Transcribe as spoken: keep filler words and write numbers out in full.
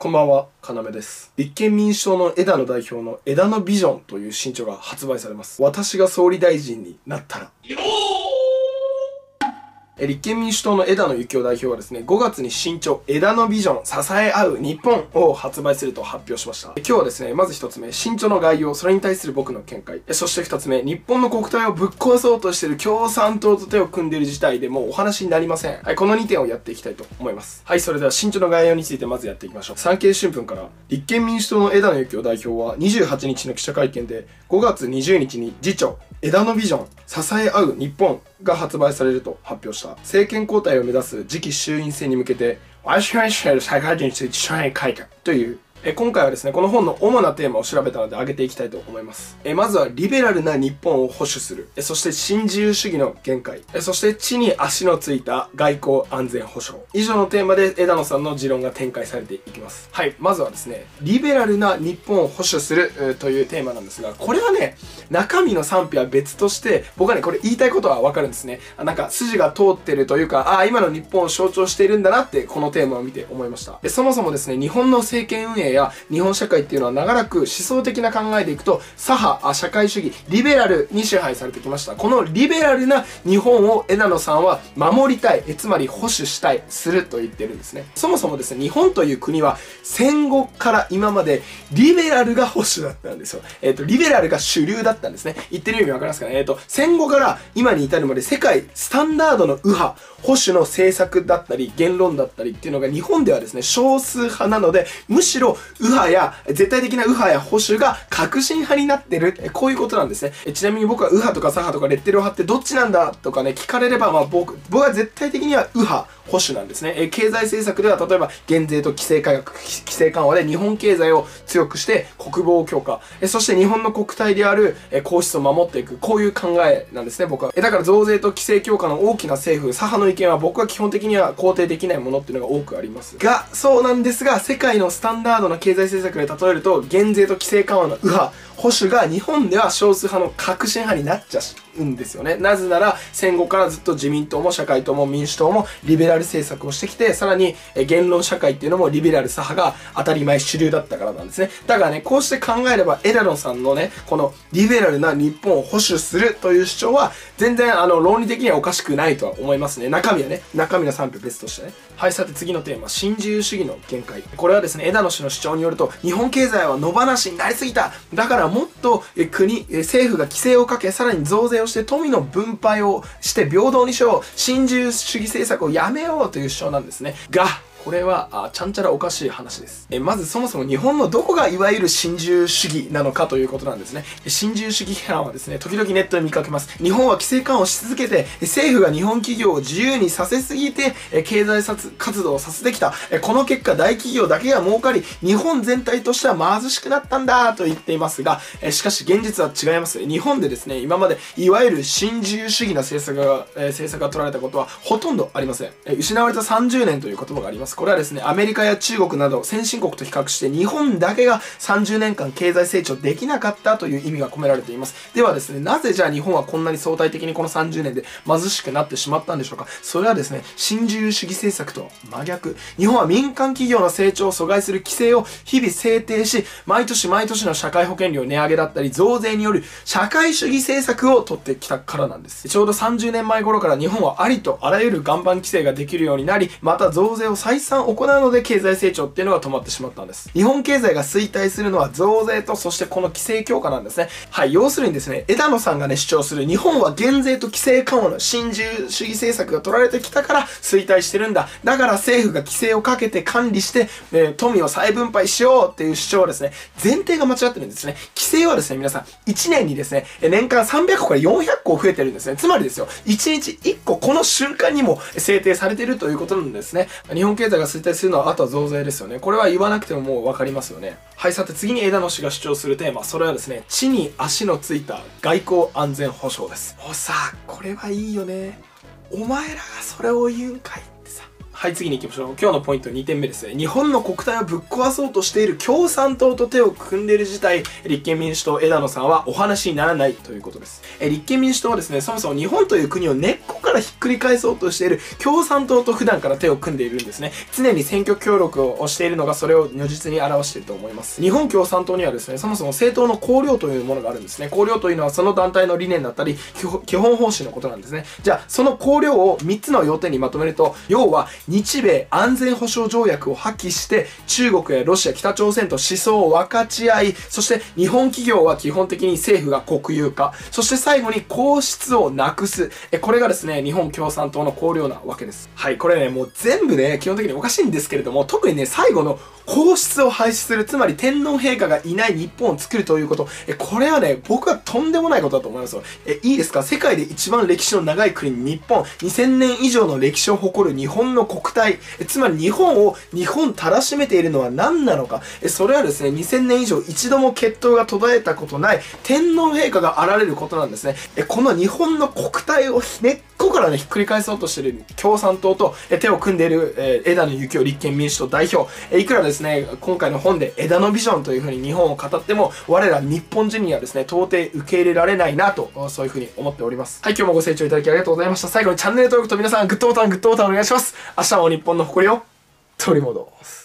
こんばんは、かなめです。立憲民主党の枝野代表の枝野ビジョンという新書が発売されます。私が総理大臣になったら。立憲民主党の枝野幸男代表はですね、ごがつに新著、枝野ビジョン、支え合う日本を発売すると発表しました。今日はですね、まず一つ目、新著の概要、それに対する僕の見解。そして二つ目、日本の国体をぶっ壊そうとしている共産党と手を組んでいる事態でもうお話になりません。はい、このにてんをやっていきたいと思います。はい、それでは新著の概要についてまずやっていきましょう。産経新聞から、立憲民主党の枝野幸男代表はにじゅうはちにちの記者会見で、ごがつにじゅうにちに次著、枝野ビジョン、支え合う日本が発売されると発表した。政権交代を目指す次期衆院選に向けて、ワシントン社会人について社会改革という、え今回はですね、この本の主なテーマを調べたので上げていきたいと思います。えまずは、リベラルな日本を保守する。えそして、新自由主義の限界。えそして、地に足のついた外交安全保障。以上のテーマで枝野さんの持論が展開されていきます。はい、まずはですね、リベラルな日本を保守するというテーマなんですが、これはね、中身の賛否は別として、僕はね、これ言いたいことはわかるんですね。なんか、筋が通ってるというか、ああ、今の日本を象徴しているんだなって、このテーマを見て思いました。でそもそもですね、日本の政権運営や日本社会っていうのは長らく思想的な考えでいくと左派、社会主義、リベラルに支配されてきました。このリベラルな日本を枝野さんは守りたい、えつまり保守したい、すると言ってるんですね。そもそもですね、日本という国は戦後から今までリベラルが保守だったんですよ。えっと、リベラルが主流だったんですね。言ってる意味わかりますかね。えっと、戦後から今に至るまで世界スタンダードの右派、保守の政策だったり言論だったりっていうのが日本ではですね、少数派なので、むしろ右派や絶対的な右派や保守が革新派になってる。こういうことなんですね。ちなみに僕は右派とか左派とかレッテルを貼ってどっちなんだとかね、聞かれれば、まあ僕、僕は絶対的には右派、保守なんですね。え経済政策では例えば減税と規制改革、規制緩和で日本経済を強くして国防強化、えそして日本の国体であるえ皇室を守っていく、こういう考えなんですね、僕は。えだから増税と規制強化の大きな政府、左派の意見は僕は基本的には肯定できないものっていうのが多くあります。が、そうなんですが、世界のスタンダードな経済政策で例えると、減税と規制緩和の右派、保守が日本では少数派の革新派になっちゃうんですよね。なぜなら戦後からずっと自民党も社会党も民主党もリベラル政策をしてきて、さらに言論社会っていうのもリベラル左派が当たり前主流だったからなんですね。だからね、こうして考えれば枝野さんのね、このリベラルな日本を保守するという主張は全然あの論理的にはおかしくないとは思いますね。中身はね、中身の賛否別としてね。はい、さて次のテーマ、新自由主義の限界。これはですね、枝野氏の主張によると、日本経済は野放しになりすぎた。だからもっと国、政府が規制をかけ、さらに増税をして富の分配をして平等にしよう。新自由主義政策をやめようという主張なんですね。が、これは、あ、ちゃんちゃらおかしい話です。え、まずそもそも日本のどこがいわゆる新自由主義なのかということなんですね。新自由主義批判はですね、時々ネットで見かけます。日本は規制緩和をし続けて、政府が日本企業を自由にさせすぎて、経済活動をさせてきた。この結果大企業だけが儲かり、日本全体としては貧しくなったんだと言っていますが、しかし現実は違います。日本でですね、今までいわゆる新自由主義な政策が、政策が取られたことはほとんどありません。失われたさんじゅうねんという言葉があります。これはですね、アメリカや中国など先進国と比較して日本だけがさんじゅうねんかん経済成長できなかったという意味が込められています。ではですね、なぜじゃあ日本はこんなに相対的にこのさんじゅうねんで貧しくなってしまったんでしょうか。それはですね、新自由主義政策と真逆。日本は民間企業の成長を阻害する規制を日々制定し、毎年毎年の社会保険料値上げだったり増税による社会主義政策を取ってきたからなんです。ちょうどさんじゅうねんまえ頃から日本はありとあらゆる岩盤規制ができるようになり、また増税を再三行うので経済成長っていうのが止まってしまったんです。日本経済が衰退するのは増税とそしてこの規制強化なんですね。はい、要するにですね、枝野さんがね主張する日本は減税と規制緩和の新自由主義政策が取られてきたから衰退してるんだ。だから政府が規制をかけて管理して、えー、富を再分配しようっていう主張はですね、前提が間違ってるんですね。規制はですね、皆さんいちねんにですね、年間さんびゃっこからよんひゃっこ増えてるんですね。つまりですよ、いちにちいっここの瞬間にも制定されているということなんですね。日本経済が衰退するのはあとは増税ですよね。これは言わなくてももう分かりますよね。はい、さて次に枝野氏が主張するテーマ、それはですね、地に足のついた外交安全保障です。もうさ、これはいいよね。お前らがそれを言うんかいってさ。 はい、次に行きましょう。今日のポイントにてんめですね。日本の国体をぶっ壊そうとしている共産党と手を組んでいる事態、立憲民主党枝野さんはお話にならないということです。え立憲民主党はですね、そもそも日本という国を根っこからひっくり返そうとしている共産党と普段から手を組んでいるんですね。常に選挙協力をしているのがそれを如実に表していると思います。日本共産党にはですね、そもそも政党の綱領というものがあるんですね。綱領というのはその団体の理念だったり、基本方針のことなんですね。じゃあ、その綱領をみっつの要点にまとめると、要は日米安全保障条約を破棄して、中国やロシア、北朝鮮と思想を分かち合い、そして日本企業は基本的に政府が国有化、そして最後に皇室をなくす。え、これがですね、日本共産党の綱領なわけです。はい、これね、もう全部ね、基本的におかしいんですけれども、特にね、最後の皇室を廃止する、つまり天皇陛下がいない日本を作るということ、え、これはね、僕はとんでもないことだと思いますよ。え、いいですか？世界で一番歴史の長い国、日本、にせんねん以上の歴史を誇る日本の国体、え、つまり日本を、日本たらしめているのは何なのか。え、それはですね、にせんねん以上一度も血統が途絶えたことない天皇陛下があられることなんですね。え、この日本の国体を根っこからね、ひっくり返そうとしている共産党とえ手を組んでいる、えー、枝野幸男立憲民主党代表、え、いくらですね、今回の本で枝野ビジョンというふうに日本を語っても、我ら日本人にはですね、到底受け入れられないなと、そういうふうに思っております。はい、今日もご清聴いただきありがとうございました。最後にチャンネル登録と皆さんグッドボタン、グッドボタンお願いします。明日も日本の誇りを取り戻す。